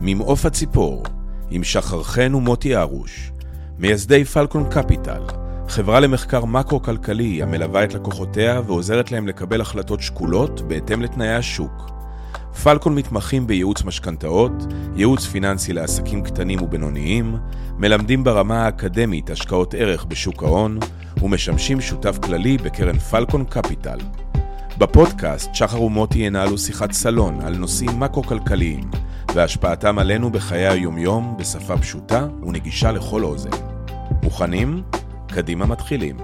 ממעוף הציפור, עם שחר חן ומוטי ארוש, מייסדי פלקון קפיטל, חברה למחקר מקרו-כלכלי המלווה את לקוחותיה ועוזרת להם לקבל החלטות שקולות בהתאם לתנאי השוק. פלקון מתמחים בייעוץ משכנתאות, ייעוץ פיננסי לעסקים קטנים ובינוניים, מלמדים ברמה האקדמית השקעות ערך בשוק ההון, ומשמשים שותף כללי בקרן פלקון קפיטל. בפודקאסט שחר ומוטי ינהלו שיחת סלון על נושאים מקרו-כלכליים, והשפעתם עלינו בחיי היומיום בשפה פשוטה ונגישה לכל אוזן. מוכנים? קדימה מתחילים.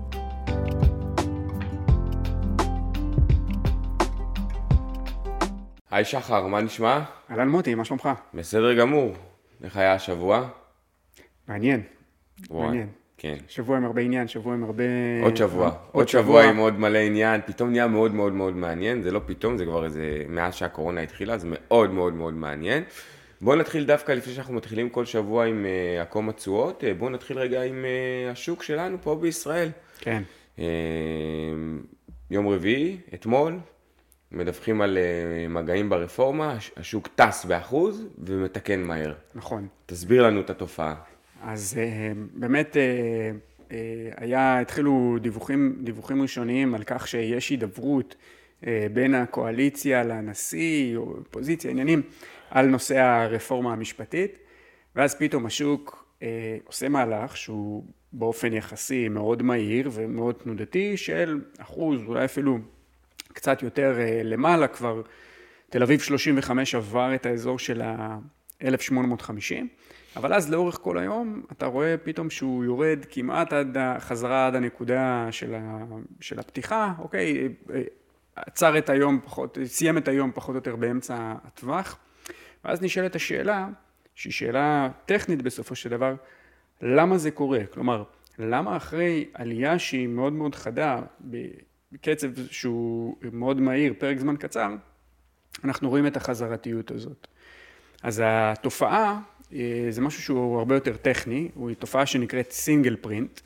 היי שחר, מה נשמע? אהלן מוטי, מה שלומך? בסדר גמור. איך היה השבוע? מעניין. מעניין. כן. שבוע עם הרבה עניין, שבוע עם הרבה... עוד שבוע עם עוד מלא עניין. פתאום נהיה מאוד מאוד מאוד מעניין. זה לא פתאום, זה כבר איזה... מאז שהקורונה התחילה, זה מאוד מאוד מאוד מעניין. בואו נתחיל דווקא לפני שאנחנו מתחילים כל שבוע עם עקום התשואות. בואו נתחיל רגע עם השוק שלנו פה בישראל. כן. יום רביעי, אתמול, מדווחים על מגעים ברפורמה, השוק טס באחוז ומתקן מהר. נכון. תסביר לנו את התופעה. אז באמת התחילו דיווחים ראשוניים על כך שיש הידברות בין הקואליציה לנשיא או פוזיציה, עניינים, על נושא הרפורמה המשפטית, ואז פתאום השוק עושה מהלך שהוא באופן יחסי מאוד מהיר ומאוד תנודתי של אחוז, אולי אפילו קצת יותר למעלה, כבר תל אביב 35 עבר את האזור של ה-1850, אבל אז לאורך כל היום אתה רואה פתאום שהוא יורד כמעט חזרה עד הנקודה של הפתיחה, אוקיי, עצר את היום סיים את היום פחות או יותר באמצע הטווח, ואז נשאלת השאלה, שהיא שאלה טכנית בסופו של דבר, למה זה קורה? כלומר, למה אחרי עלייה שהיא מאוד מאוד חדה, בקצב שהוא מאוד מהיר, פרק זמן קצר, אנחנו רואים את החזרתיות הזאת. אז התופעה, זה משהו שהוא הרבה יותר טכני, הוא תופעה שנקראת סינגל פרינט,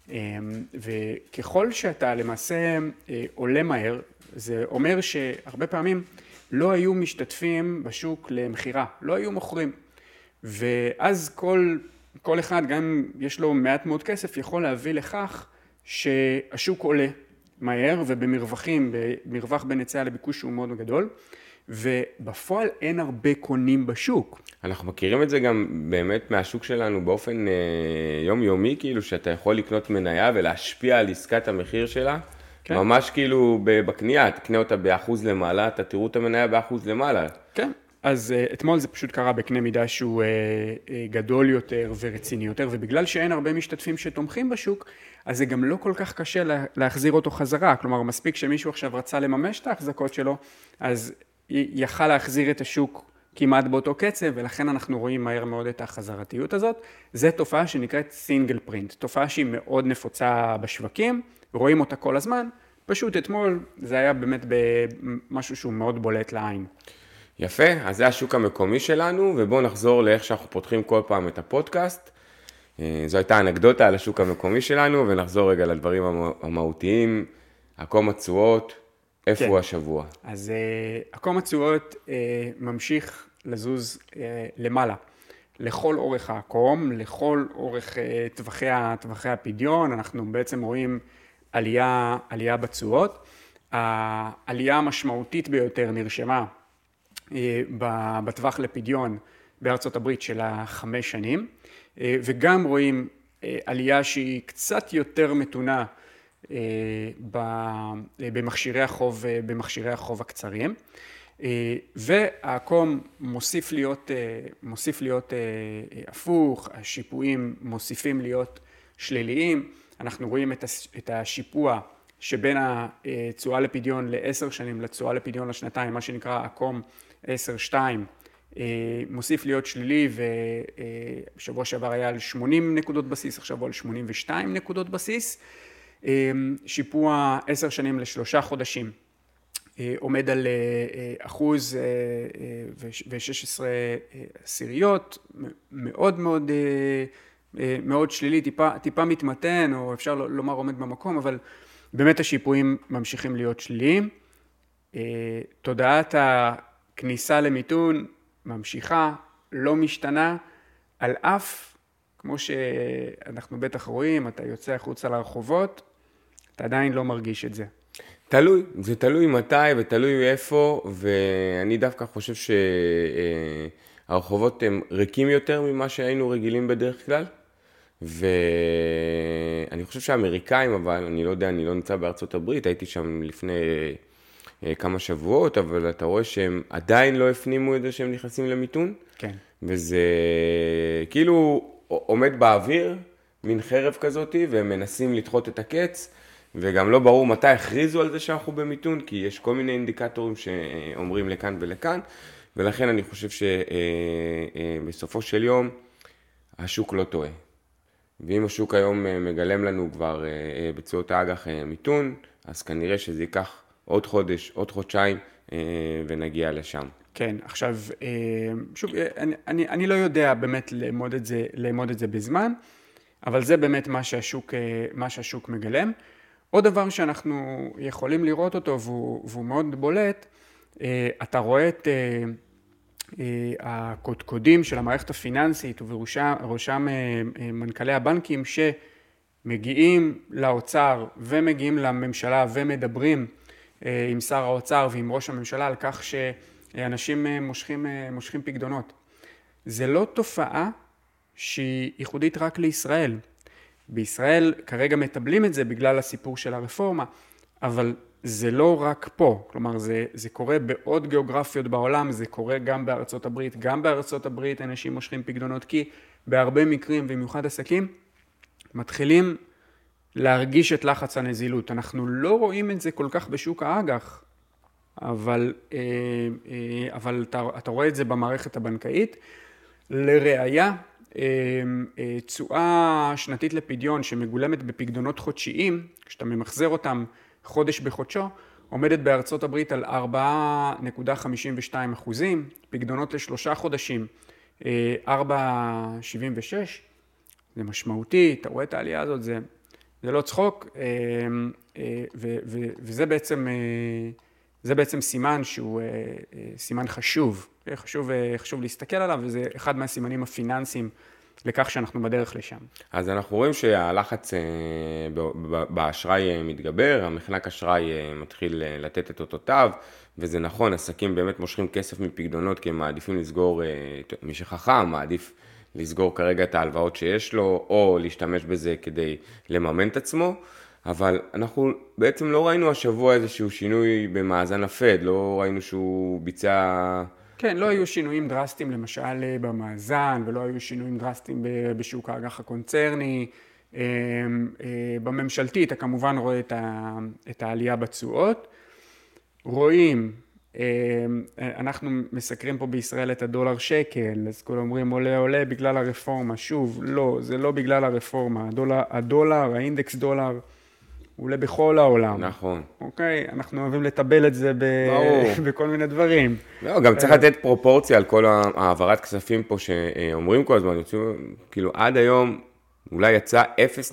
וככל שאתה למעשה עולה מהר, זה אומר שהרבה פעמים לא היו משתתפים בשוק למחירה, לא היו מוכרים. ואז כל אחד, גם אם יש לו מעט מאוד כסף, יכול להביא לכך שהשוק עולה מהר ובמרווח בין היצע לביקוש שהוא מאוד גדול, ובפועל אין הרבה קונים בשוק. אנחנו מכירים את זה גם באמת מהשוק שלנו באופן יומיומי, כאילו שאתה יכול לקנות מניה ולהשפיע על עסקת המחיר שלה, כן. ממש כאילו בקנייה, תקנה אותה באחוז למעלה, אתה תראו את המניה באחוז למעלה. כן, אז אתמול זה פשוט קרה בקנה מידה שהוא גדול יותר ורציני יותר, ובגלל שאין הרבה משתתפים שתומכים בשוק, אז זה גם לא כל כך קשה להחזיר אותו חזרה, כלומר מספיק שמישהו עכשיו רצה לממש את ההחזקות שלו, אז יכל להחזיר את השוק כמעט באותו קצב, ולכן אנחנו רואים מהר מאוד את החזרתיות הזאת. זו תופעה שנקראת סינגל פרינט, תופעה שהיא מאוד נפוצה בשווקים, רואים אותה כל הזמן, פשוט אתמול זה היה באמת במשהו שהוא מאוד בולט לעין. יפה, אז זה השוק המקומי שלנו, ובואו נחזור לאיך שאנחנו פותחים כל פעם את הפודקאסט. זו הייתה אנקדוטה על השוק המקומי שלנו, ונחזור רגע לדברים המהותיים, עקום התשואות, איפה הוא השבוע? אז עקום התשואות ממשיך לזוז למעלה, לכל אורך העקום, לכל אורך טווחי הפדיון, אנחנו בעצם רואים עלייה בתשואות. העלייה המשמעותית ביותר נרשמה בטווח לפדיון בארצות הברית של 5 שנים, וגם רואים עלייה שהיא קצת יותר מתונה במכשירי החוב הקצרים, והעקום מוסיף להיות הפוך, השיפועים מוסיפים להיות שליליים, אנחנו רואים את השיפוע שבין התשואה לפדיון ל10 שנים לתשואה לפדיון לשנתיים, מה שנקרא עקום 10-2, מוסיף להיות שלילי, ובשבוע שעבר היה על 80 נקודות בסיס, עכשיו הוא על 82 נקודות בסיס. שיפוע 10 שנים ל3 חודשים עומד על 1.16%, מאוד מאוד מאוד שלילי, טיפה מתמתן, או אפשר לומר עומד במקום, אבל באמת השיפועים ממשיכים להיות שליליים. תודעת הכניסה למיתון ממשיכה, לא משתנה, על אף, כמו שאנחנו בטח רואים, אתה יוצא החוצה לרחובות, אתה עדיין לא מרגיש את זה. תלוי, זה תלוי מתי ותלוי איפה, ואני דווקא חושב שהרחובות הם ריקים יותר ממה שהיינו רגילים בדרך כלל, ואני חושב שהאמריקאים, אבל אני לא יודע, אני לא נמצא בארצות הברית, הייתי שם לפני כמה שבועות, אבל אתה רואה שהם עדיין לא הפנימו את זה שהם נכנסים למיתון, כן. וזה כאילו עומד באוויר, מין חרב כזאת, והם מנסים לדחות את הקץ, וגם לא ברור מתי הכריזו על זה שאנחנו במיתון, כי יש כל מיני אינדיקטורים שאומרים לכאן ולכאן, ולכן אני חושב שבסופו של יום השוק לא טועה. ואם השוק היום מגלם לנו כבר בצועות האג"ח מיתון, אז כנראה שזה ייקח עוד חודש, עוד חודשיים, ונגיע לשם. כן, עכשיו, שוב, אני לא יודע באמת לאמוד את זה בזמן, אבל זה באמת מה שהשוק מגלם. עוד דבר שאנחנו יכולים לראות אותו, והוא מאוד בולט, אתה רואה את הקודקודים של המערכת הפיננסית, ובראשם מנכ"לי הבנקים שמגיעים לאוצר ומגיעים לממשלה ומדברים עם שר האוצר ועם ראש הממשלה על כך שאנשים מושכים פקדונות. זה לא תופעה שהיא ייחודית רק לישראל. בישראל כרגע מטבלים את זה בגלל הסיפור של הרפורמה, אבל זה לא רק פה, כלומר זה קורה בעוד גיאוגרפיות בעולם, זה קורה גם בארצות הברית, גם בארצות הברית אנשים מושכים פקדונות, כי בהרבה מקרים, במיוחד עסקים, מתחילים להרגיש את לחץ הנזילות. אנחנו לא רואים את זה כל כך בשוק האג"ח, אבל אתה רואה את זה במערכת הבנקאית. לראיה, תשואה שנתית לפדיון שמגולמת בפקדונות חודשיים, כשאתה ממחזר אותם חודש בחודשו, עומדת בארצות הברית על 4.52%, פקדונות ל3 חודשים, 4.76%, זה משמעותי, אתה רואה את העלייה הזאת, זה לא צחוק, וזה בעצם סימן שהוא סימן חשוב, חשוב להסתכל עליו, וזה אחד מהסימנים הפיננסיים לכך שאנחנו בדרך לשם. אז אנחנו רואים שהלחץ באשראי מתגבר, המחנק אשראי מתחיל לתת את אותותיו, וזה נכון, עסקים באמת מושכים כסף מפקדונות, כי הם מעדיפים לסגור, מי שחכם, מעדיף לסגור כרגע את ההלוואות שיש לו, או להשתמש בזה כדי לממן את עצמו, אבל אנחנו בעצם לא ראינו השבוע איזשהו שינוי במאזן הפד, לא ראינו שהוא ביצע... כן, לא היו שינויים דרסטיים למשל במאזן, ולא היו שינויים דרסטיים בשוק האג"ח הקונצרני. בממשלתי אתה כמובן רואה את העלייה בתשואות. רואים, אנחנו מסקרים פה בישראל את הדולר שקל, אז כל אומרים עולה בגלל הרפורמה. שוב, לא, זה לא בגלל הרפורמה. הדולר, האינדקס דולר, הוא עולה בכל העולם. נכון. אוקיי? אנחנו אוהבים לטבל את זה בכל מיני דברים. לא, גם צריך לתת פרופורציה על כל העברת כספים פה שאומרים כל הזמן, כאילו עד היום אולי יצא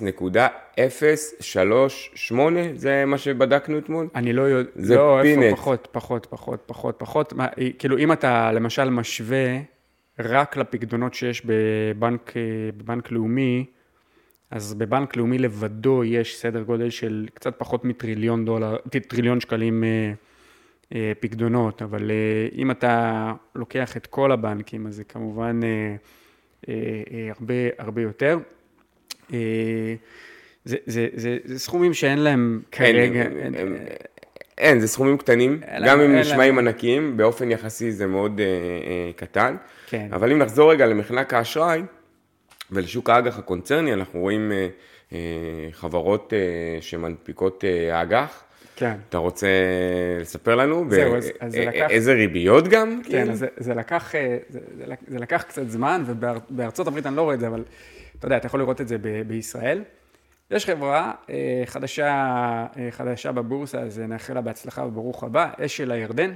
0.038, זה מה שבדקנו אתמול? אני לא יודע, לא, איפה פחות. כאילו אם אתה למשל משווה רק לפקדונות שיש בבנק לאומי, אז בבנק לאומי לבדו יש סדר גודל של קצת פחות טריליון שקלים פקדונות, אבל אם אתה לוקח את כל הבנקים, אז זה כמובן הרבה יותר. זה סכומים שאין להם כרגע... אין, זה סכומים קטנים, גם אם נשמעים ענקיים, באופן יחסי זה מאוד קטן, אבל אם נחזור רגע למחנק האשראי, ולשוק האג"ח הקונצרני, אנחנו רואים חברות שמנפיקות האג"ח. כן. אתה רוצה לספר לנו? זהו, אז זה לקח... איזה ריביות גם? כן, אז זה לקח קצת זמן, ובארצות הברית אני לא רואה את זה, אבל אתה יודע, אתה יכול לראות את זה בישראל. יש חברה חדשה בבורסה, אז נאחל לה בהצלחה וברוך הבא, אשל הירדן.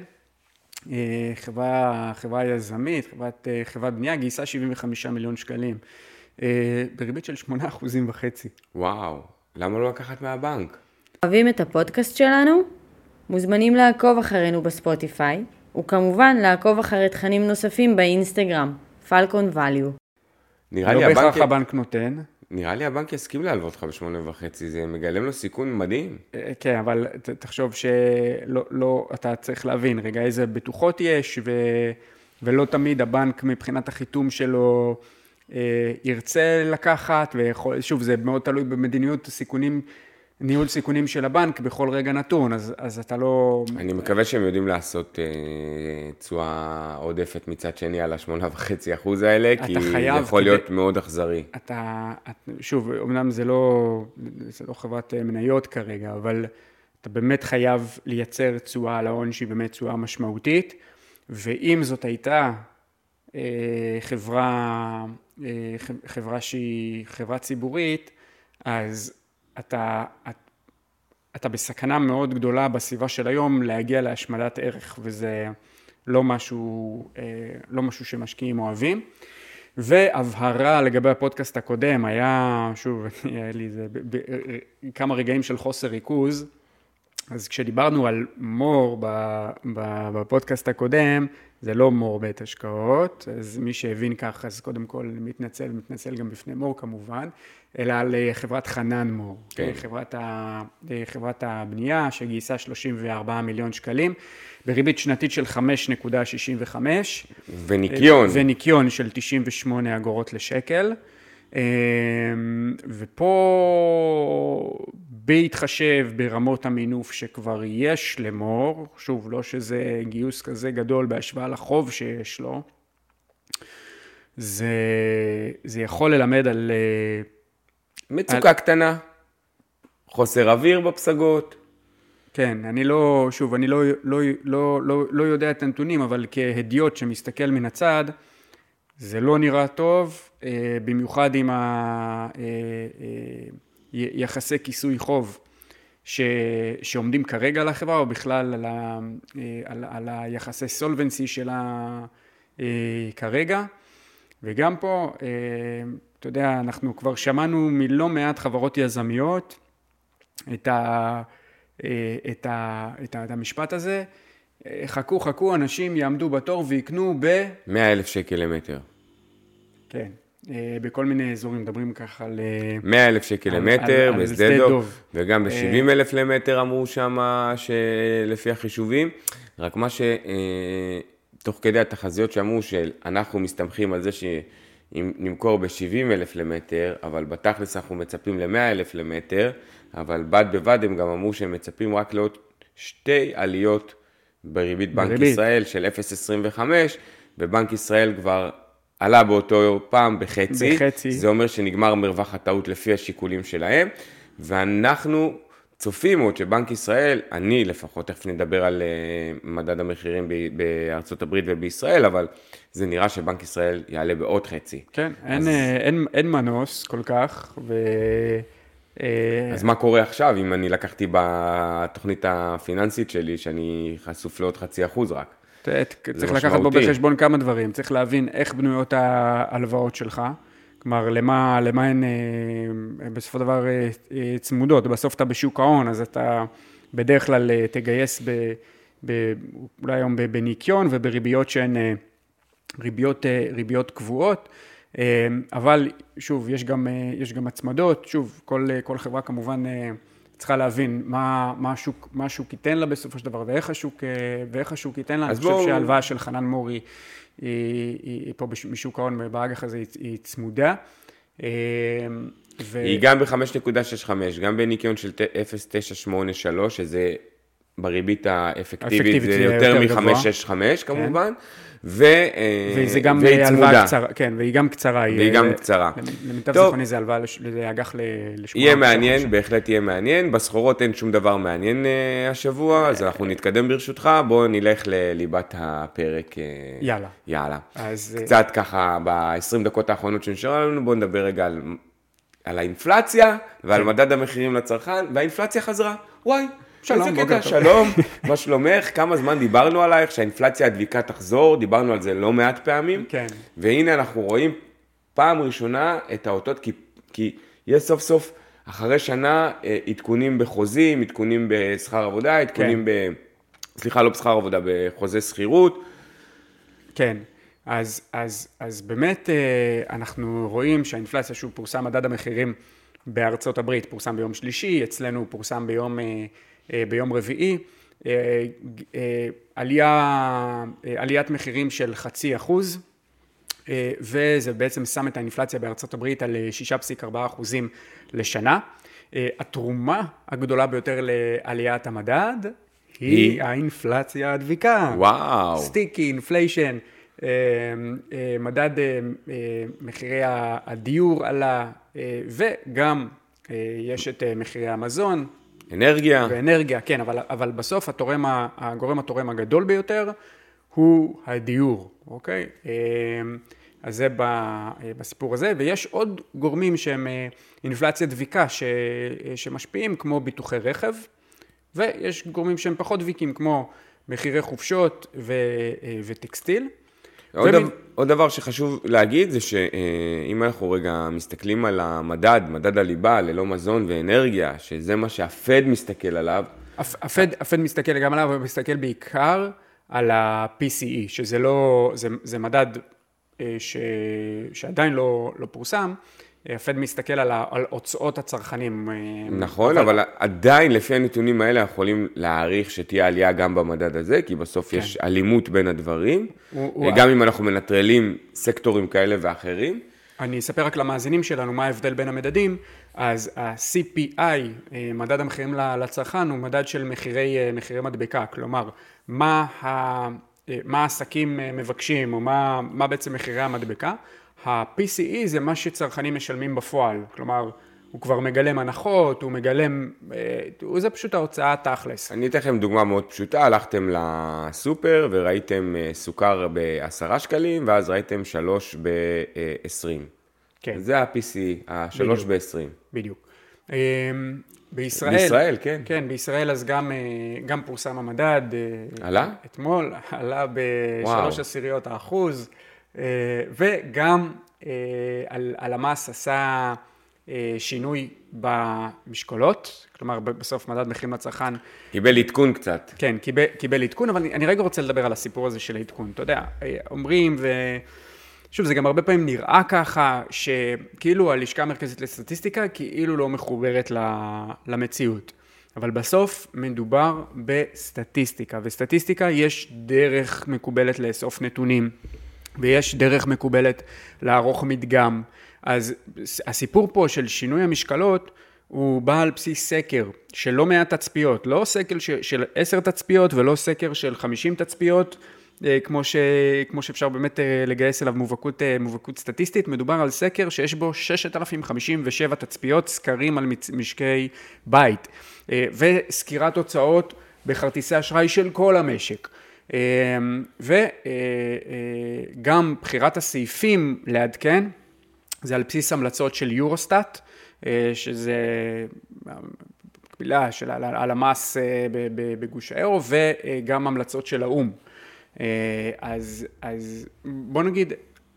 חברה יזמית, חברת בנייה, גייסה 75 מיליון שקלים. בריבית של 8.5%. וואו, למה לא לקחת מהבנק? אוהבים את הפודקאסט שלנו? מוזמנים לעקוב אחרינו בספוטיפיי, וכמובן לעקוב אחרי תכנים נוספים באינסטגרם, פלקון ואליו. לא בהכרח הבנק נותן. נראה לי הבנק יסכים להלוות לך ב8.5, זה מגלם לו סיכון מדהים. כן, אבל תחשוב שלא, אתה צריך להבין, רגע, איזה בטוחות יש, ולא תמיד הבנק מבחינת החיתום שלו ירצה לקחת, ושוב, זה מאוד תלוי במדיניות סיכונים, ניהול סיכונים של הבנק בכל רגע נתון, אז אתה לא... אני מקווה שהם יודעים לעשות תשואה עודפת מצד שני על ה8.5% האלה, כי זה יכול להיות מאוד אכזרי. שוב, אמנם זה לא חברת מניות כרגע, אבל אתה באמת חייב לייצר תשואה על ההון שהיא באמת תשואה משמעותית, ואם זאת הייתה חברה שהיא חברה ציבורית, אז אתה בסכנה מאוד גדולה בסביבה של היום להגיע להשמדת ערך, וזה לא משהו שמשקיעים אוהבים. והבהרה לגבי הפודקאסט הקודם, היה, שוב, היה לי כמה רגעים של חוסר ריכוז, אז כשדיברנו על מור בפודקאסט הקודם, זה לא מור בית השקעות, אז מי שהבין כך, אז קודם כל מתנצל גם בפני מור כמובן, אלא על חברת חנן מור, כן. חברת הבנייה שגייסה 34 מיליון שקלים, בריבית שנתית של 5.65, וניקיון של 98 אגורות לשקל, ופה בהתחשב ברמות המינוף שכבר יש למור, שוב, לא שזה גיוס כזה גדול בהשוואה לחוב שיש לו, זה יכול ללמד על... מצוקה קטנה, חוסר אוויר בפסגות. כן, אני לא יודע את הנתונים, אבל כהדיוט שמסתכל מן הצד, זה לא נראה טוב, במיוחד עם יחסי כיסוי חוב שעומדים כרגע על החברה, או בכלל על היחסי סולבנסי שלה כרגע. וגם פה, אתה יודע, אנחנו כבר שמענו מלא מעט חברות יזמיות את המשפט הזה, חכו, אנשים יעמדו בתור ויקנו 100,000 שקל למטר. כן, בכל מיני אזורים מדברים ככה על... 100,000 שקל למטר, בשדה דוב, וגם ב70,000 למטר אמרו שם שלפי החישובים, רק מה תוך כדי התחזיות שאמרו שאנחנו מסתמכים על זה שאם נמכור ב70,000 למטר, אבל בתכלס אנחנו מצפים ל100,000 למטר, אבל בד בבד הם גם אמרו שהם מצפים רק לעוד 2 עליות בריבית בנק ישראל של 0.25, ובנק ישראל כבר עלה באותו פעם בחצי. זה אומר שנגמר מרווח הטעות לפי השיקולים שלהם, ואנחנו צופים עוד שבנק ישראל, אני לפחות, תכף נדבר על מדד המחירים בארצות הברית ובישראל, אבל זה נראה שבנק ישראל יעלה בעוד חצי. כן, אין מנוס כל כך, אז מה קורה עכשיו, אם אני לקחתי בתוכנית הפיננסית שלי, שאני חשוף לעוד 0.5% רק? צריך לקחת בו בחשבון כמה דברים, צריך להבין איך בנויות ההלוואות שלך, כלומר, למה הן בסופו דבר צמודות, בסוף אתה בשוק ההון, אז אתה בדרך כלל תגייס אולי היום בניקיון ובריביות שהן ריביות קבועות, אבל שוב, יש גם הצמדות, שוב, כל חברה כמובן צריכה להבין מה השוק ייתן לה בסופו של דבר, ואיך השוק ייתן לה. אני חושב שההלוואה של חנן מור היא פה משוק ההון, באג"ח הזה היא צמודה. היא גם ב-5.65, גם בניקיון של 0.983, שזה בריבית האפקטיבית, זה יותר מ-5.65 כמובן, וזה גם הלוואה קצרה, כן, והיא גם קצרה. והיא גם קצרה. למיטב זיכרוני זה הלוואה לאג"ח לשמונה. יהיה מעניין, בהחלט יהיה מעניין. בסחורות אין שום דבר מעניין השבוע, אז אנחנו נתקדם ברשותך. בואו נלך לליבת הפרק. יאללה. קצת ככה, ב-20 דקות האחרונות שנשארה לנו, בואו נדבר רגע על האינפלציה ועל מדד המחירים לצרכן, והאינפלציה חזרה. וואי. שלום, בוקר טוב. שלום, מה שלומך? כמה זמן דיברנו עלייך שהאינפלציה הדביקה תחזור, דיברנו על זה לא מעט פעמים, כן. והנה אנחנו רואים פעם ראשונה את האותות, כי יש סוף סוף אחרי שנה עדכונים בחוזים, עדכונים בשכר עבודה, עדכונים לא בשכר עבודה, בחוזה שכירות. כן, אז באמת אנחנו רואים שהאינפלציה, שהוא פורסם מדד המחירים בארצות הברית, פורסם ביום שלישי, אצלנו פורסם ביום רביעי, עליית מחירים של 0.5%, וזה בעצם שם את האינפלציה בארצות הברית על 6.4% לשנה. התרומה הגדולה ביותר לעליית המדד היא האינפלציה הדביקה. וואו. סטיקי, אינפליישן, מדד מחירי הדיור עלה, וגם יש את מחירי המזון. אנרגיה. ואנרגיה, כן, אבל בסוף הגורם התורם הגדול ביותר הוא הדיור, אוקיי? אז זה בסיפור הזה, ויש עוד גורמים שהם אינפלציה דביקה שמשפיעים, כמו ביטוחי רכב, ויש גורמים שהם פחות דביקים, כמו מחירי חופשות וטקסטיל. עוד דבר שחשוב להגיד זה שאם אנחנו רגע מסתכלים על המדד, מדד הליבה ללא מזון ואנרגיה, שזה מה שהפד מסתכל עליו. הפד מסתכל גם עליו, אבל מסתכל בעיקר על ה-PCE, שזה לא, זה מדד שעדיין לא פורסם. הפד מסתכל על הוצאות הצרכנים. נכון, אבל עדיין לפי הנתונים האלה אנחנו יכולים להעריך שתהיה עלייה גם במדד הזה, כי בסוף יש אלימות בין הדברים, גם אם אנחנו מנטרלים סקטורים כאלה ואחרים. אני אספר רק למאזינים שלנו מה ההבדל בין המדדים. אז ה-CPI, מדד המחירים לצרכן, הוא מדד של מחירי מדבקה, כלומר, מה העסקים מבקשים, או מה בעצם מחירי המדבקה. ה-PCE זה מה שצרכנים משלמים בפועל, כלומר, הוא כבר מגלם הנחות, זה פשוט ההוצאה התכלס. אני אתן לכם דוגמה מאוד פשוטה, הלכתם לסופר וראיתם סוכר ב10 שקלים, ואז ראיתם 3 ב-20. כן. זה ה-PCE, 3 ב-20. בדיוק. בישראל, כן. כן, בישראל אז גם פורסם המדד. עלה? אתמול, עלה ב3.1%. וגם הלמ"ס עשה שינוי במשקולות, כלומר בסוף מדד מחירים לצרכן. קיבל עדכון קצת. כן, קיבל עדכון, אבל אני רגע רוצה לדבר על הסיפור הזה של העדכון. אתה יודע, אומרים, ושוב, זה גם הרבה פעמים נראה ככה, שכאילו הלשכה המרכזית לסטטיסטיקה, כאילו לא מחוברת למציאות. אבל בסוף מדובר בסטטיסטיקה, וסטטיסטיקה יש דרך מקובלת לאסוף נתונים. ויש דרך מקובלת לערוך מדגם. אז הסיפור פה של שינוי המשקלות, הוא בא על בסיס סקר של לא מעט תצפיות, לא סקר של 10 תצפיות ולא סקר של 50 תצפיות, כמו שאפשר באמת לגייס אליו מובהקות סטטיסטית. מדובר על סקר שיש בו 6,057 תצפיות, סקרים על משקי בית, וסקירת הוצאות בכרטיסי אשראי של כל המשק. וגם בחירת הסעיפים לעדכן, זה על בסיס המלצות של יורוסטאט, שזה מקבילה של הלמ"ס בגוש האירו, וגם המלצות של האו"ם. אז בוא נגיד,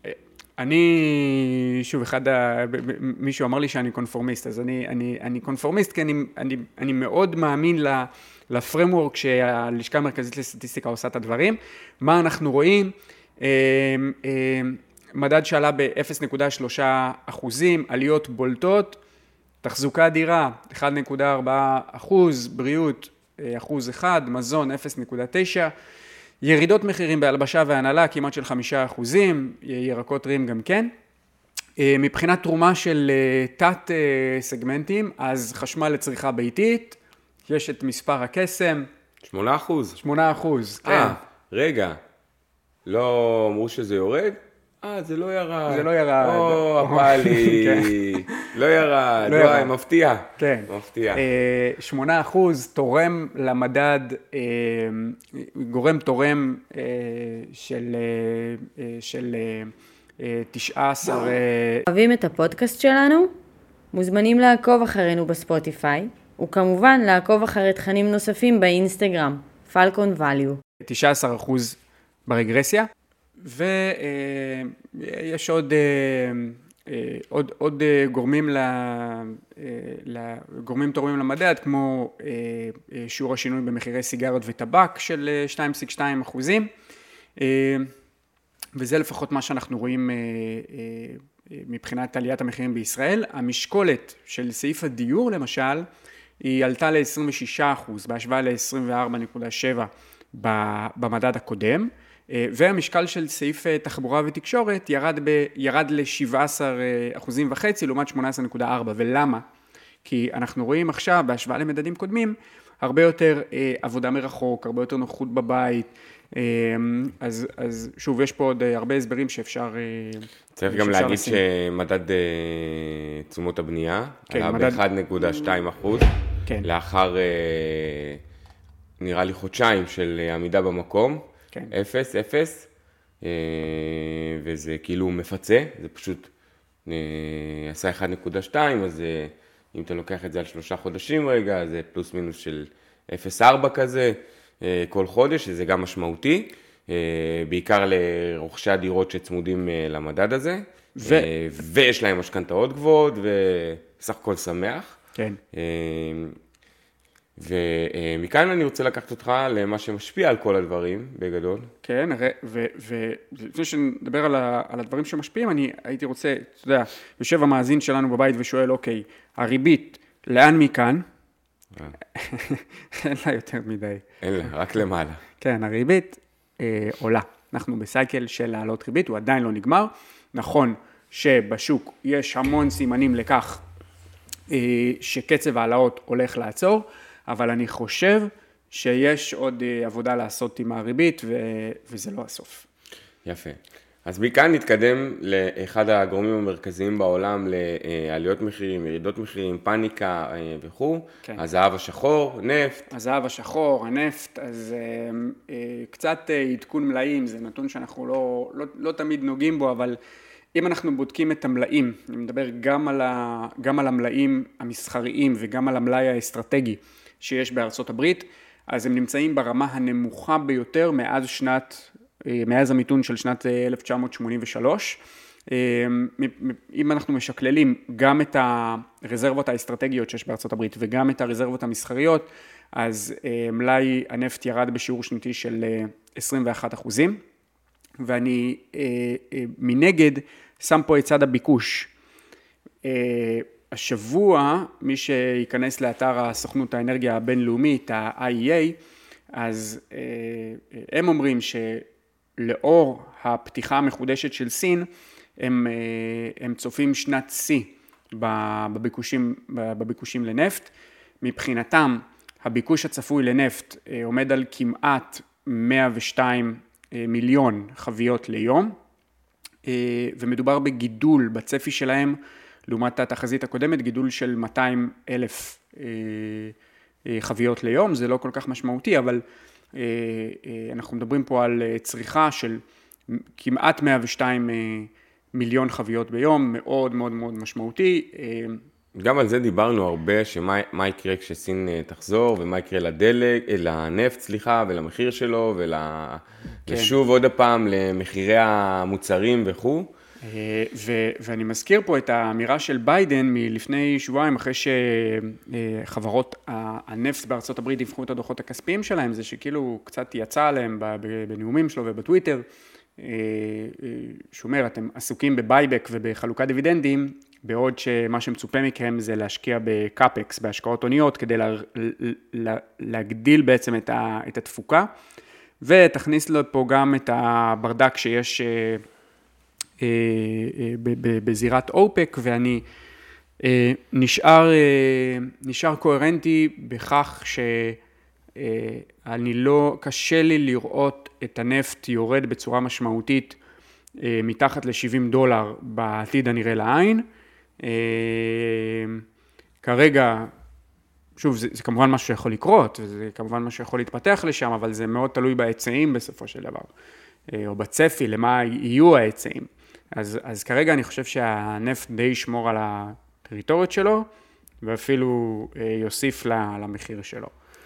שוב, מישהו אמר לי שאני קונפורמיסט, אז אני קונפורמיסט, כי אני מאוד מאמין לפרמוורק שהלשכה המרכזית לסטטיסטיקה עושה את הדברים. מה אנחנו רואים? מדד שעלה ב-0.3%, עליות בולטות, תחזוקה דירה 1.4%, בריאות 1%, מזון 0.9%, ירידות מחירים בהלבשה והנהלה כמעט של 5%, ירקות טריים גם כן. מבחינת תרומה של תת סגמנטים, אז חשמל לצריכה ביתית, יש את מספר הקסם. 8%? 8%, כן. רגע, לא אמרו שזה יורד? זה לא ירד. זה לא ירד. הפאלי, לא ירד, וואי, מפתיע. כן. מפתיע. 8% תורם למדד, גורם תורם של 19. אוהבים את הפודקאסט שלנו? מוזמנים לעקוב אחרינו בספוטיפיי, וכמובן לעקוב אחרי תכנים נוספים באינסטגרם, פלקון ואליו. 19% ברגרסיה, ויש עוד גורמים גורמים תורמים למדד, כמו שיעור השינוי במחירי סיגריות וטבק של 2.2%. וזה לפחות מה שאנחנו רואים מבחינת עליית המחירים בישראל. המשקולת של סעיף הדיור למשל, היא עלתה ל-26% בהשוואה ל-24.7% במדד הקודם, והמשקל של סעיף תחבורה ותקשורת ירד ל-17.5% לעומת 18.4%. ולמה? כי אנחנו רואים עכשיו, בהשוואה למדדים קודמים, הרבה יותר עבודה מרחוק, הרבה יותר נוחות בבית, אז שוב, יש פה עוד הרבה הסברים שאפשר... צריך גם להגיד שמדד תשומות הבנייה, עלה ב-1.2%, לאחר נראה לי חודשיים של עמידה במקום, 0, וזה כאילו מפצה, זה פשוט עשה 1.2, אז אם אתה לוקח את זה על 3 חודשים רגע, זה פלוס מינוס של 0.4 כזה, כל חודש, שזה גם משמעותי, בעיקר לרוכשי הדירות שצמודים למדד הזה, ויש להם משכנתאות גבוהות, וסך הכל שמח. כן. ומכאן אני רוצה לקחת אותך למה שמשפיע על כל הדברים, בגדול. כן, ולפני שנדבר על הדברים שמשפיעים, אני הייתי רוצה, אתה יודע, יושב המאזין שלנו בבית ושואל, אוקיי, הריבית, לאן מכאן? אין לה יותר מדי. אין לה, רק למעלה. כן, הריבית עולה. אנחנו בסייקל של העלות ריבית, הוא עדיין לא נגמר. נכון שבשוק יש המון סימנים לכך שקצב העלאות הולך לעצור, אבל אני חושב שיש עוד עבודה לעשות עם הריבית, וזה לא הסוף. יפה. אז מכאן נתקדם לאחד הגורמים המרכזיים בעולם לעליות מחירים, ירידות מחירים, פאניקה וכו'. כן. הזהב השחור, נפט. הזהב השחור, הנפט, אז קצת עדכון מלאים, זה נתון שאנחנו לא תמיד נוגעים בו, אבל אם אנחנו בודקים את המלאים, אני מדבר גם על המלאים המסחריים וגם על המלאי האסטרטגי שיש בארצות הברית, אז הם נמצאים ברמה הנמוכה ביותר מאז המיתון של שנת 1983. אם אנחנו משקללים גם את הרזרבות האסטרטגיות שיש בארצות הברית וגם את הרזרבות המסחריות, אז מלאי הנפט ירד בשיעור שנתי של 21%. ואני מנגד שם פה את צד הביקוש. השבוע, מי שייכנס לאתר הסוכנות האנרגיה הבינלאומית, ה-IEA, אז הם אומרים שלאור הפתיחה המחודשת של סין, הם צופים שנת שיא בביקושים לנפט. מבחינתם, הביקוש הצפוי לנפט עומד על כמעט 102 מיליון חביות ליום, ומדובר בגידול בצפי שלהם, לעומת התחזית הקודמת, גידול של 200,000 חביות ליום, זה לא כל כך משמעותי, אבל אנחנו מדברים פה על צריכה של כמעט 102 מיליון חביות ביום, מאוד מאוד מאוד משמעותי. גם על זה דיברנו הרבה, שמה יקרה כשסין תחזור, ומה יקרה לנפט, ולמחיר שלו, ושוב עוד הפעם למחירי המוצרים וכו'. ואני מזכיר פה את האמירה של ביידן מלפני שבועיים, אחרי שחברות הנפט בארצות הברית דיווחו את הדוחות הכספיים שלהם, זה שכאילו קצת יצא עליהם בנאומים שלו ובטוויטר, שאומר, אתם עסוקים בבייבק ובחלוקת דיבידנדים, בעוד שמה שמצופה מכם זה להשקיע בקאפקס, בהשקעות הוניות, כדי להגדיל בעצם את התפוקה, ותכניס לו פה גם את הברדק שיש בזירת אופק, ואני נשאר קוהרנטי בכך שאני קשה לי לראות את הנפט יורד בצורה משמעותית מתחת ל$70 בעתיד הנראה לעין. כרגע, שוב, זה כמובן משהו שיכול לקרות, וזה כמובן משהו שיכול להתפתח לשם, אבל זה מאוד תלוי בהיצעים בסופו של דבר, או בצפי למה יהיו ההיצעים. אז כרגע אני חושב שהנפט די ישמור על הטריטוריות שלו, ואפילו יוסיף למחיר שלו.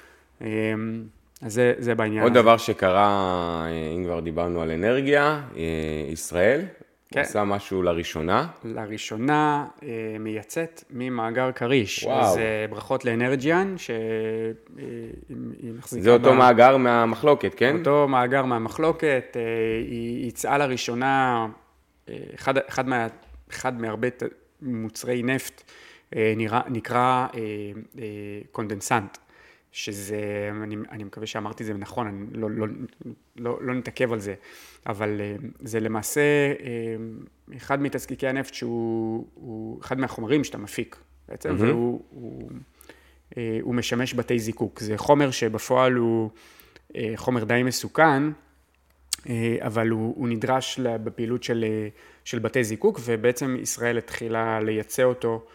אז זה בעניין. עוד דבר שקרה, אם כבר דיברנו על אנרגיה, ישראל עושה משהו לראשונה. לראשונה מייצאת ממאגר קריש. וואו. אז ברכות לאנרג'יאן, זה אותו מאגר מהמחלוקת, כן? אותו מאגר מהמחלוקת, היא יצאה לראשונה, אחד מהרבה מוצרי נפט, נקרא קונדנסנט, שזה, אני מקווה שאמרתי זה נכון, אני לא נתעכב על זה, אבל זה למעשה אחד מתזקיקי הנפט שהוא אחד מהחומרים שאתה מפיק בעצם, והוא משמש בתי זיקוק. זה חומר שבפועל הוא חומר די מסוכן, אבל הוא נדרש בפעילות של בתי זיקוק, ובעצם ישראל התחילה לייצא אותו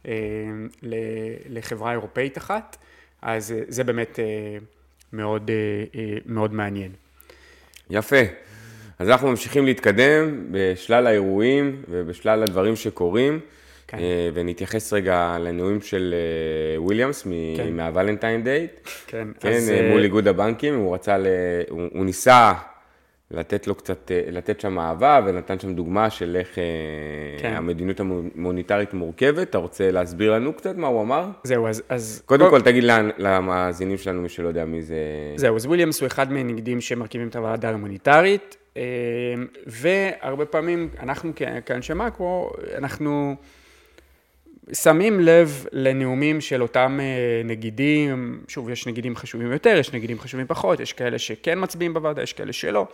לחברה אירופאית אחת, אז זה באמת מאוד, מאוד מעניין. יפה. אז אנחנו ממשיכים להתקדם בשלל האירועים ובשלל הדברים שקורים, כן. ונתייחס רגע לנאומים של וויליאמס כן. מהוולנטיין דייט, כן, כן, אז... מול איגוד הבנקים, הוא ניסה לתת שם אהבה, ונתן שם דוגמה של איך כן. המדיניות המוניטרית מורכבת. אתה רוצה להסביר לנו קצת מה הוא אמר? זהו, אז... קודם כל תגיד למאזינים שלנו, מי שלא יודע מי זה... זהו, אז וויליאמס הוא אחד מהנגדים שמרכיבים את הוועדה המוניטרית, והרבה פעמים אנחנו כאנשי מקרו, אנחנו שמים לב לנאומים של אותם נגידים. שוב, יש נגידים חשובים יותר, יש נגידים חשובים פחות, יש כאלה שכן מצביעים בוועדה, יש כאלה שלא.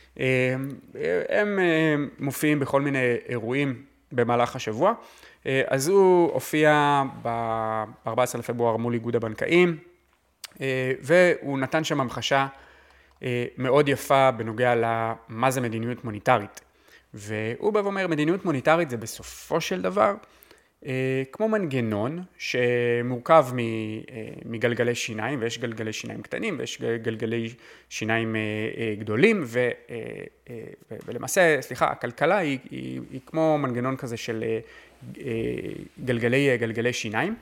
הם מופיעים בכל מיני אירועים במהלך השבוע. אז הוא הופיע ב-14 לפברואר מול איגוד הבנקאים, והוא נתן שם המחשה מאוד יפה בנוגע למה זה מדיניות מוניטרית. והוא בא ואומר, מדיניות מוניטרית זה בסופו של דבר, כמו מנגנון שמורכב מגלגלי שיניים, ויש גלגלי שיניים קטנים, ויש גלגלי שיניים גדולים, ולמעשה, הכלכלה היא כמו מנגנון כזה של גלגלי שיניים,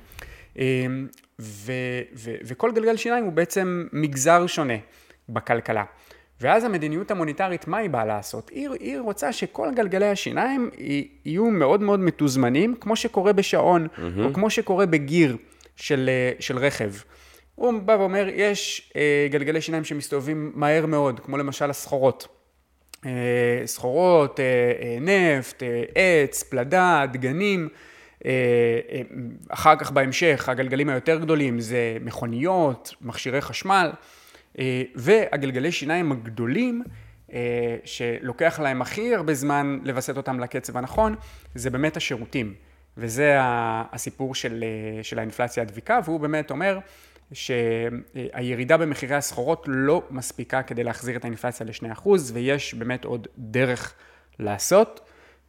וכל גלגל שיניים הוא בעצם מגזר שונה בכלכלה. ואז המדיניות המוניטרית, מה היא באה לעשות? היא רוצה שכל גלגלי השיניים יהיו מאוד מאוד מתוזמנים, כמו שקורה בשעון, או כמו שקורה בגיר של רכב. הוא בא ואומר, יש גלגלי שיניים שמסתובבים מהר מאוד, כמו למשל הסחורות. סחורות, נפט, עץ, פלדה, דגנים. אחר כך בהמשך, הגלגלים היותר גדולים זה מכוניות, מכשירי חשמל. והגלגלי שיניים הגדולים, שלוקח להם הכי הרבה זמן לבסט אותם לקצב הנכון, זה באמת השירותים. וזה הסיפור של האינפלציה הדביקה, והוא באמת אומר שהירידה במחירי הסחורות לא מספיקה כדי להחזיר את האינפלציה ל2%, ויש באמת עוד דרך לעשות.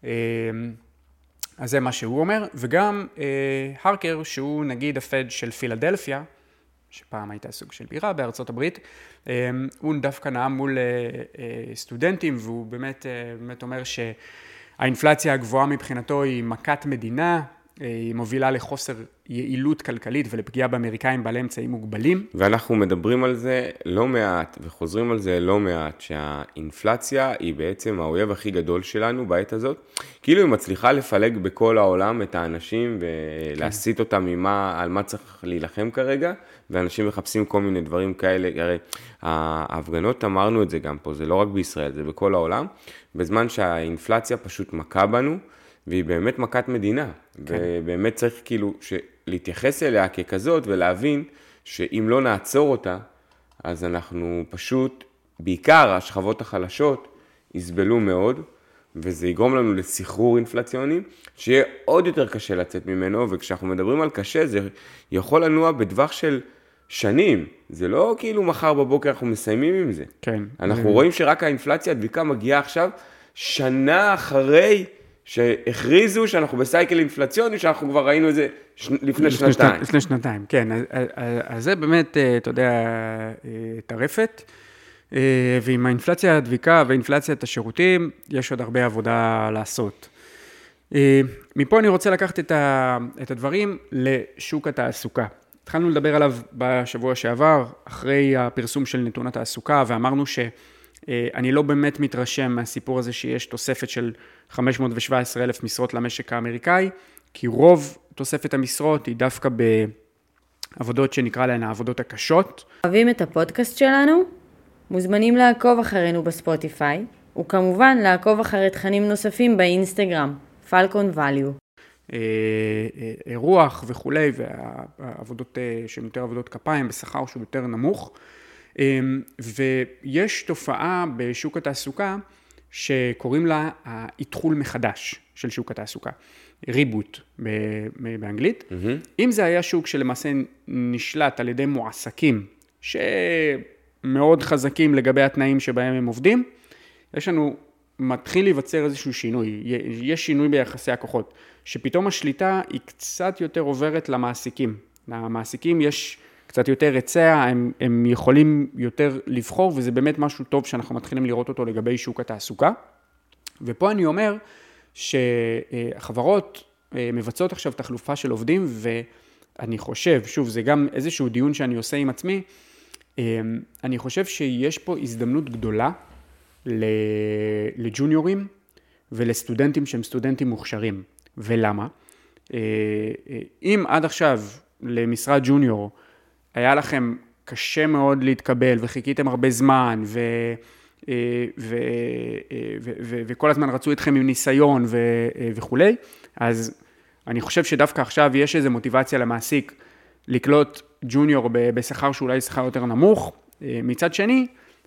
אז זה מה שהוא אומר, וגם הרקר, שהוא נגיד הפד של פילדלפיה, שפעם הייתה סוג של בירה בארצות הברית, הוא דווקא נאם מול סטודנטים, והוא באמת אומר שהאינפלציה הגבוהה מבחינתו היא מכת מדינה, היא מובילה לחוסר יעילות כלכלית ולפגיעה באמריקאים בעלי אמצעים מוגבלים. ואנחנו מדברים על זה לא מעט, וחוזרים על זה לא מעט, שהאינפלציה היא בעצם האויב הכי גדול שלנו בעת הזאת. כאילו היא מצליחה לפלג בכל העולם את האנשים ולהסיט אותם על מה צריך להילחם כרגע, ואנשים מחפשים כל מיני דברים כאלה. הרי ההפגנות, אמרנו את זה גם פה, זה לא רק בישראל, זה בכל העולם, בזמן שהאינפלציה פשוט מכה בנו, והיא באמת מכת מדינה, כן. ובאמת צריך כאילו להתייחס אליה ככזאת ולהבין שאם לא נעצור אותה, אז אנחנו פשוט, בעיקר השכבות החלשות, יסבלו מאוד, וזה יגרום לנו לסחרור אינפלציוני, שיהיה עוד יותר קשה לצאת ממנו, וכשאנחנו מדברים על קשה, זה יכול לנוע בטווח של שנים, זה לא כאילו מחר בבוקר אנחנו מסיימים עם זה. כן. אנחנו רואים שרק האינפלציה הדביקה מגיעה עכשיו, שנה אחרי שהכריזו שאנחנו בסייקל אינפלציוני, שאנחנו כבר ראינו את זה לפני שנתיים. לפני שנתיים, כן. אז זה באמת, אתה יודע, טרפת, ועם האינפלציה הדביקה ואינפלציית השירותים, יש עוד הרבה עבודה לעשות. מפה אני רוצה לקחת את הדברים לשוק התעסוקה. התחלנו לדבר עליו בשבוע שעבר, אחרי הפרסום של נתון התעסוקה, ואמרנו אני לא באמת מתרשם מהסיפור הזה שיש תוספת של 517,000 משרות למשק האמריקאי, כי רוב תוספת המשרות היא דווקא בעבודות שנקרא להן העבודות הקשות. אוהבים את הפודקאסט שלנו? מוזמנים לעקוב אחרינו בספוטיפיי, וכמובן לעקוב אחרי תכנים נוספים באינסטגרם, Falcon Value. רוח וכולי, והעבודות שהן יותר עבודות כפיים בשכר שהוא יותר נמוך. ויש תופעה בשוק התעסוקה שקוראים לה ההתחול מחדש של שוק התעסוקה, ריבוט באנגלית. אם זה היה שוק שלמעשה נשלט על ידי מועסקים שמאוד חזקים לגבי התנאים שבהם הם עובדים, יש לנו, מתחיל להיווצר איזשהו שינוי, יש שינוי ביחסי הכוחות, שפתאום השליטה היא קצת יותר עוברת למעסיקים. למעסיקים יש קצת יותר היצע, הם יכולים יותר לבחור, וזה באמת משהו טוב שאנחנו מתחילים לראות אותו לגבי שוק התעסוקה. ופה אני אומר שהחברות מבצעות עכשיו תחלופה של עובדים, ואני חושב, שוב, זה גם איזשהו דיון שאני עושה עם עצמי, אני חושב שיש פה הזדמנות גדולה לג'וניורים ולסטודנטים שהם סטודנטים מוכשרים. ולמה? אם עד עכשיו למשרד ג'וניור היה לכם קשה מאוד להתקבל וחיכיתם הרבה זמן וכל הזמן רצו אתכם עם ניסיון וכולי, אז אני חושב שדווקא עכשיו יש איזו מוטיבציה למעסיק לקלוט ג'וניור בשכר שאולי שכר יותר נמוך. מצד שני,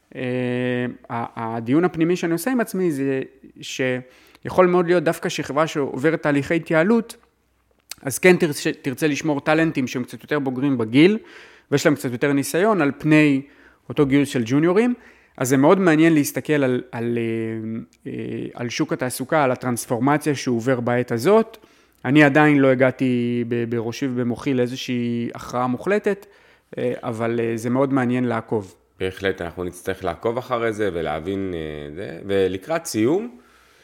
הדיון הפנימי שאני עושה עם עצמי זה שיכול מאוד להיות דווקא שחברה שעוברת תהליכי התייעלות, אז כן תרצה לשמור טלנטים שהם קצת יותר בוגרים בגיל, ויש להם קצת יותר ניסיון על פני אותו גיוס של ג'וניורים. אז זה מאוד מעניין להסתכל על שוק התעסוקה, על הטרנספורמציה שהוא עובר בעת הזאת. אני עדיין לא הגעתי בראשי ובמוחי לאיזושהי הכרעה מוחלטת, אבל זה מאוד מעניין לעקוב. בהחלט, אנחנו נצטרך לעקוב אחרי זה ולהבין זה. ולקראת סיום,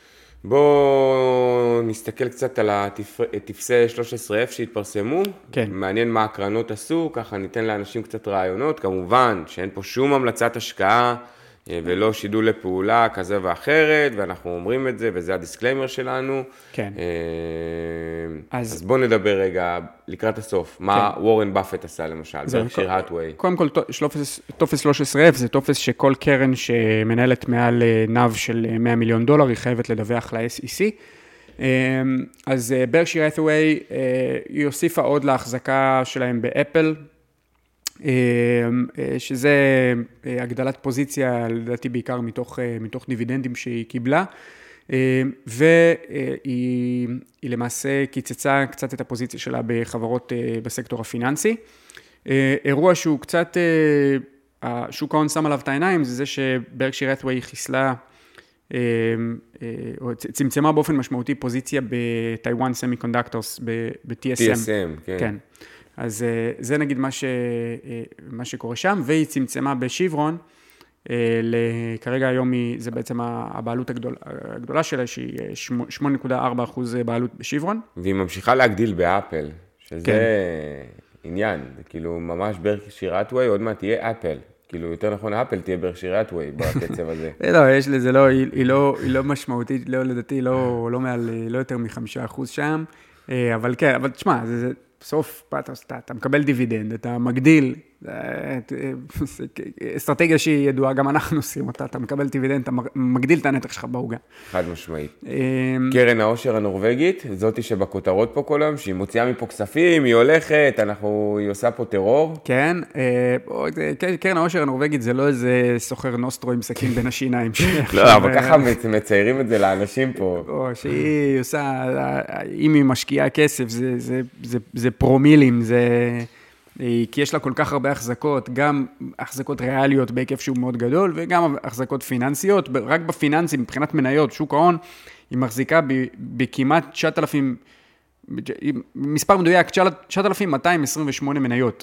בואו נסתכל קצת על הטפסי 13F שהתפרסמו. כן. מעניין מה הקרנות עשו, ככה ניתן לאנשים קצת רעיונות. כמובן שאין פה שום המלצת השקעה ולא שידול לפעולה כזה ואחרת, ואנחנו אומרים את זה, וזה הדיסקליימר שלנו. כן. אז בואו נדבר רגע לקראת הסוף. מה וורן באפט עשה למשל, ברקשיר האתווי. קודם כל, טופס 13F זה טופס שכל קרן שמנהלת מעל נב של $100 מיליון, היא חייבת לדווח ל-SEC. אז ברקשיר האתווי היא הוסיפה עוד להחזקה שלהם באפל, שזה הגדלת פוזיציה, לדעתי בעיקר מתוך דיבידנדים שהיא קיבלה, והיא למעשה קיצצה קצת את הפוזיציה שלה בחברות בסקטור הפיננסי. אירוע שהוא קצת, שוק ההון שם עליו את העיניים, זה שברקשיר האתווי חיסלה, או צמצמה באופן משמעותי פוזיציה בטייוואן סמיקונדקטורס, ב-TSM. TSM, כן. כן. אז זה נגיד מה שקורה שם, והיא צמצמה בשברון, כרגע היום זה בעצם הבעלות הגדולה שלה, שהיא 8.4% בעלות בשברון. והיא ממשיכה להגדיל באפל, שזה כן. עניין, זה כאילו ממש ברקשיר האתווי, עוד מעט תהיה אפל. כאילו יותר נכון, אפל תהיה ברקשיר האתווי בקצב הזה. לא, יש לזה, היא לא משמעותית, לדעתי, לא יותר מ5% שם, אבל כן, אבל תשמע, זה בסוף, אתה מקבל דיבידנד, אתה מגדיל, אסטרטגיה שהיא ידועה, גם אנחנו עושים אותה, אתה מקבל דיבידנד, אתה מגדיל את הנתח שלך בעוגה. חד משמעית. קרן העושר הנורווגית, זאתי שבכותרות פה כל היום, שהיא מוציאה מפה כספים, היא הולכת, היא עושה פה טרור. כן, קרן העושר הנורווגית זה לא איזה סוחר נוסטרו עם סכין בין השיניים. לא, אבל ככה מציירים את זה לאנשים פה. או שהיא עושה, אם היא משקיעה כסף, זה פרומילים, כי יש לה כל כך הרבה החזקות, גם החזקות ריאליות בהיקף שהוא מאוד גדול, וגם החזקות פיננסיות, רק בפיננסים, מבחינת מניות, שוק ההון, היא מחזיקה בכמעט 9,000, מספר מדויק, 9,228 מניות.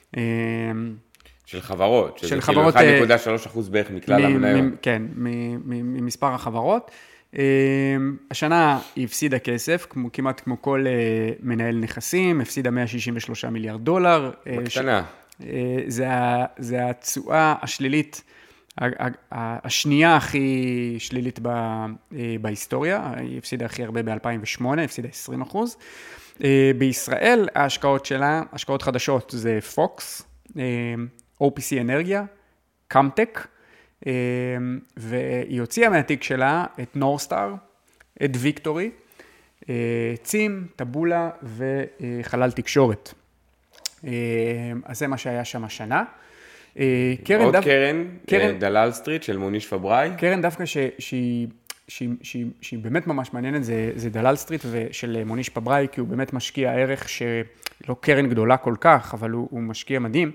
של חברות, שזה כאילו 1.3% בערך מכלל המניות. כן, ממספר החברות. השנה היא הפסידה כסף, כמעט כמו כל מנהל נכסים, הפסידה $163 מיליארד. בקטנה. זה התשואה השלילית השנייה הכי שלילית בהיסטוריה, היא הפסידה הכי הרבה ב-2008, הפסידה 20%. בישראל ההשקעות שלה, השקעות חדשות זה פוקס, OPC אנרגיה, קאמטק, והיא הוציאה מהתיק שלה את נורסטאר, את ויקטורי, צים, טבולה וחלל תקשורת. אז זה מה שהיה שם השנה. עוד קרן, דלל סטריט של מוניש פבראי. קרן דווקא שהיא באמת ממש מעניינת, זה דלל סטריט של מוניש פבראי, כי הוא באמת משקיע ערך שלא קרן גדולה כל כך, אבל הוא משקיע מדהים.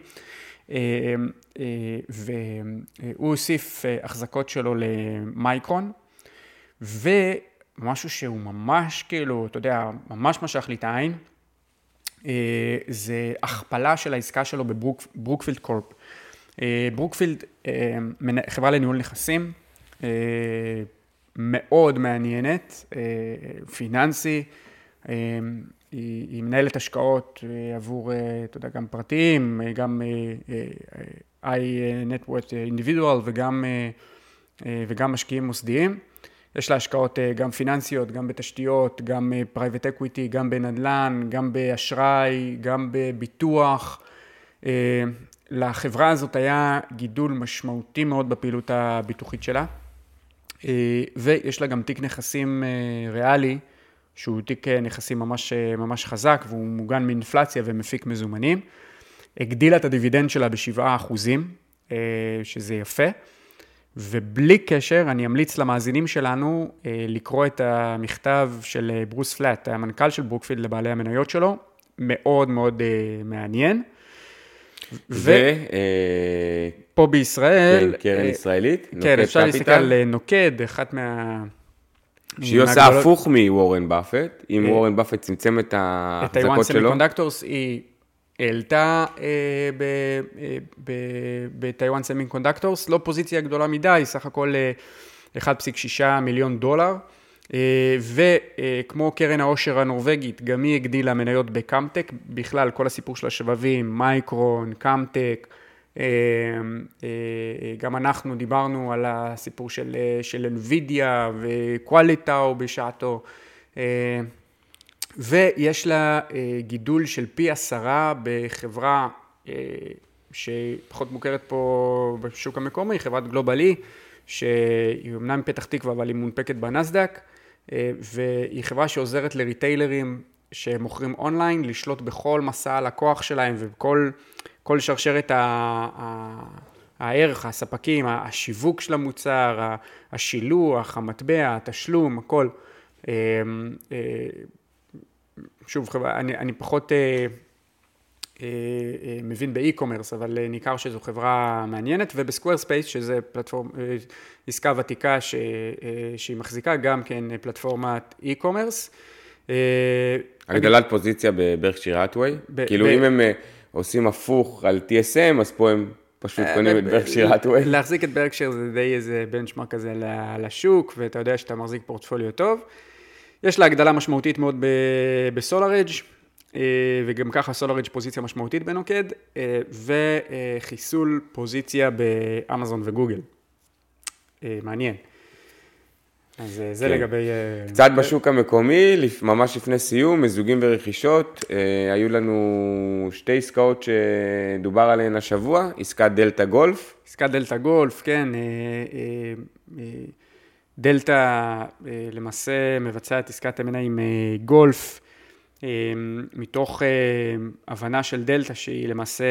והוא הוסיף החזקות שלו למייקרון, ומשהו שהוא ממש כאילו, אתה יודע, ממש משך לי את העין, זה הכפלה של העסקה שלו בברוקפילד קורפ. ברוקפילד, חברה לניהול נכסים, מאוד מעניינת, פיננסי, היא מנהלת השקעות עבור, אתה יודע, גם פרטיים, גם high net worth individual וגם משקיעים מוסדיים. יש לה השקעות גם פיננסיות, גם בתשתיות, גם private equity, גם בנדלן, גם באשראי, גם בביטוח. לחברה הזאת היה גידול משמעותי מאוד בפעילות הביטוחית שלה, ויש לה גם תיק נכסים ריאלי, שהוא תיק נכסים ממש חזק, והוא מוגן מאינפלציה ומפיק מזומנים. הגדילה את הדיבידנד שלה ב7%, שזה יפה. ובלי קשר, אני אמליץ למאזינים שלנו לקרוא את המכתב של ברוס פלט, המנכ"ל של ברוקפילד לבעלי המניות שלו, מאוד מאוד מעניין. פה בישראל, קרן ישראלית, כן, אפשר להסתכל על נוקד, אחת שהיא עושה הפוך מוורן באפט, אם וורן באפט צמצם את ההחזקות שלו. סמיקונדקטורס היא העלתה בטיואן סמיקונדקטורס, לא פוזיציה גדולה מדי, סך הכל $1.6 מיליון, וכמו קרן העושר הנורווגית, גם היא הגדילה מניות בקאמטק, בכלל כל הסיפור של השבבים, מייקרון, קאמטק, גם אנחנו דיברנו על הסיפור של NVIDIA וקואליטאו בשעתו, ויש לה גידול של פי 10 בחברה שפחות מוכרת פה בשוק המקומי, חברת גלובלי, שהיא אמנם מפתח תקווה, אבל היא מונפקת בנסדק, והיא חברה שעוזרת לריטיילרים שמוכרים אונליין, לשלוט בכל מסע הלקוח שלהם, ובכל שרשרת הערך, הספקים, השיווק של המוצר, השילוח, המטבע, התשלום, הכל. שוב, אני פחות מבין באי-קומרס, אבל ניכר שזו חברה מעניינת, ובסקוואר ספייס, שזה פלטפורמה, עסקה ותיקה שהיא מחזיקה גם כן פלטפורמת אי-קומרס. הגדלת פוזיציה בברקשיר האתווי, כאילו אם הם עושים הפוך על TSM, אז פה הם פשוט קונים את ברקשיר האתווי. להחזיק את ברקשיר זה די איזה בנצ'מרק כזה לשוק, ואתה יודע שאתה מחזיק פורטפוליו טוב. יש לה הגדלה משמעותית מאוד בסולארג', וגם ככה סולארג' פוזיציה משמעותית בנוקד, וחיסול פוזיציה באמזון וגוגל. מעניין. אז זה לגבי... קצת בשוק המקומי, ממש לפני סיום, מזוגים ורכישות, היו לנו שתי עסקאות שדובר עליהן השבוע, עסקת דלטה גולף. עסקת דלטה גולף, כן. דלטה למעשה מבצע את עסקת M&A עם גולף, מתוך הבנה של דלטה שהיא למעשה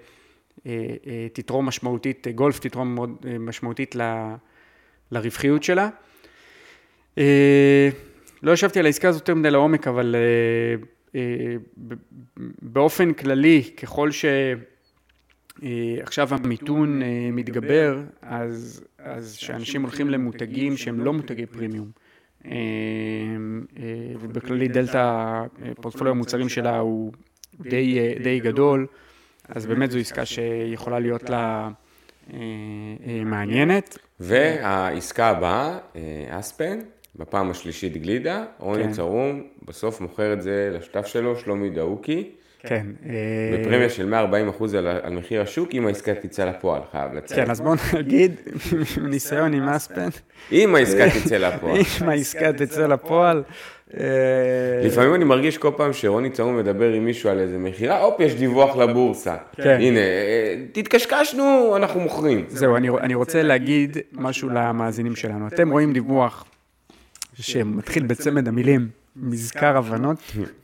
תתרום משמעותית, גולף תתרום מאוד משמעותית לרווחיות שלה. לא ישבתי על העסקה הזאת יותר מדי לעומק, אבל באופן כללי, ככל שעכשיו המיתון מתגבר, אז שאנשים הולכים למותגים שהם לא מותגי פרימיום. ובכללי דלטה, פורטפוליו המוצרים שלה הוא די גדול, אז באמת זו עסקה שיכולה להיות לה מעניינת. והעסקה הבאה, אספן, בפעם השלישית גלידה, רוני צרום, בסוף מוכר את זה לשותף שלו, שלומי דאוקי, כן. בפרמיה של 140% על מחיר השוק, אם העסקה תצא לפועל, חייב לציין. כן, אז בואו נגיד, ניסיון עם אספן. אם העסקה תצא לפועל. אם העסקה תצא לפועל. לפעמים אני מרגיש כל פעם שרוני צרום מדבר עם מישהו על איזה מחירה, הופ, יש דיווח לבורסה. הנה, תתקשקשנו, אנחנו מוכרים. זהו, אני רוצה להגיד משהו למאזינים שלנו. אתם רואים דיווח שמתחיל בצמד המילים, מזכר הבנות.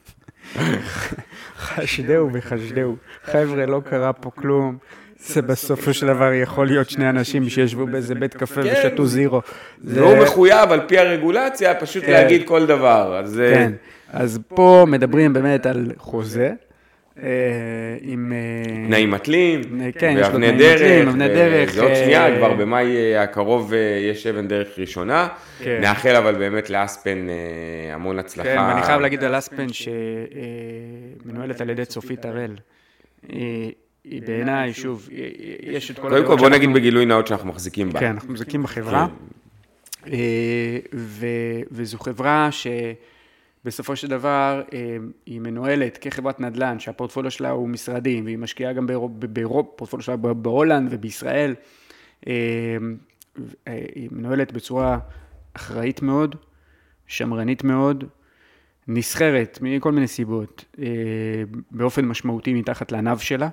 חשדהו וחשדהו. חבר'ה, לא קרה פה כלום. זה בסופו של דבר יכול להיות שני אנשים שישבו באיזה בית קפה ושתו זירו. והוא מחויב על פי הרגולציה, פשוט להגיד כל דבר. כן, אז פה מדברים באמת על חוזה, עם... תנאי מתלים, ואבני דרך, זה עוד שנייה, כבר במאי הקרוב יש אבן דרך ראשונה, נאחל אבל באמת לאספן המון הצלחה. כן, ואני חייב להגיד על אספן שמנוהלת על ידי צופית הראל, היא בעיניי, שוב, יש את כל... קודם כל בוא נגיד בגילוי נאות שאנחנו מחזיקים בה. כן, אנחנו מחזיקים בחברה, וזו חברה שבסופו של דבר היא מנוהלת כחברת נדל"ן, שהפורטפוליו שלה הוא משרדים, והיא משקיעה גם באירופה, פורטפוליו שלה בהולנד ובישראל, היא מנוהלת בצורה אחראית מאוד, שמרנית מאוד, נסחרת מכל מיני סיבות, באופן משמעותי מתחת לענב שלה,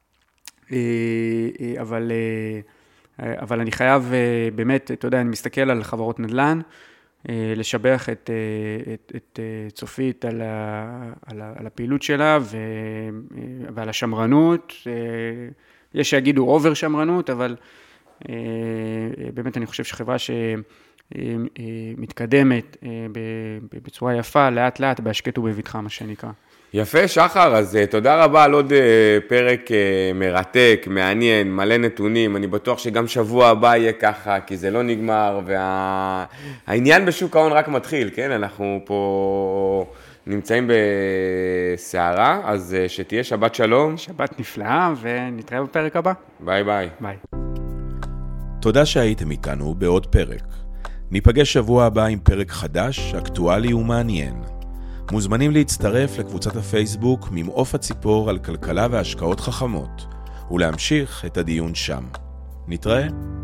אבל אני חייב באמת, אתה יודע, אני מסתכל על חברות נדל"ן, לשבח את צופית על הפעילות שלה ועל השמרנות, יש שיגידו אובר שמרנות, אבל באמת אני חושב שחברה שמתקדמת בצורה יפה, לאט לאט, בהשקט ובבטחה, מה שנקרא. יפה, שחר, אז תודה רבה על עוד פרק מרתק, מעניין, מלא נתונים. אני בטוח שגם שבוע הבא יהיה ככה, כי זה לא נגמר, והעניין בשוק ההון רק מתחיל, כן? אנחנו פה נמצאים בסערה, אז שתהיה שבת שלום. שבת נפלאה, ונתראה בפרק הבא. ביי ביי. ביי. תודה שהייתם איתנו בעוד פרק. ניפגש שבוע הבא עם פרק חדש, אקטואלי ומעניין. מוזמנים להצטרף לקבוצת הפייסבוק ממעוף הציפור על כלכלה והשקעות חכמות, ולהמשיך את הדיון שם. נתראה.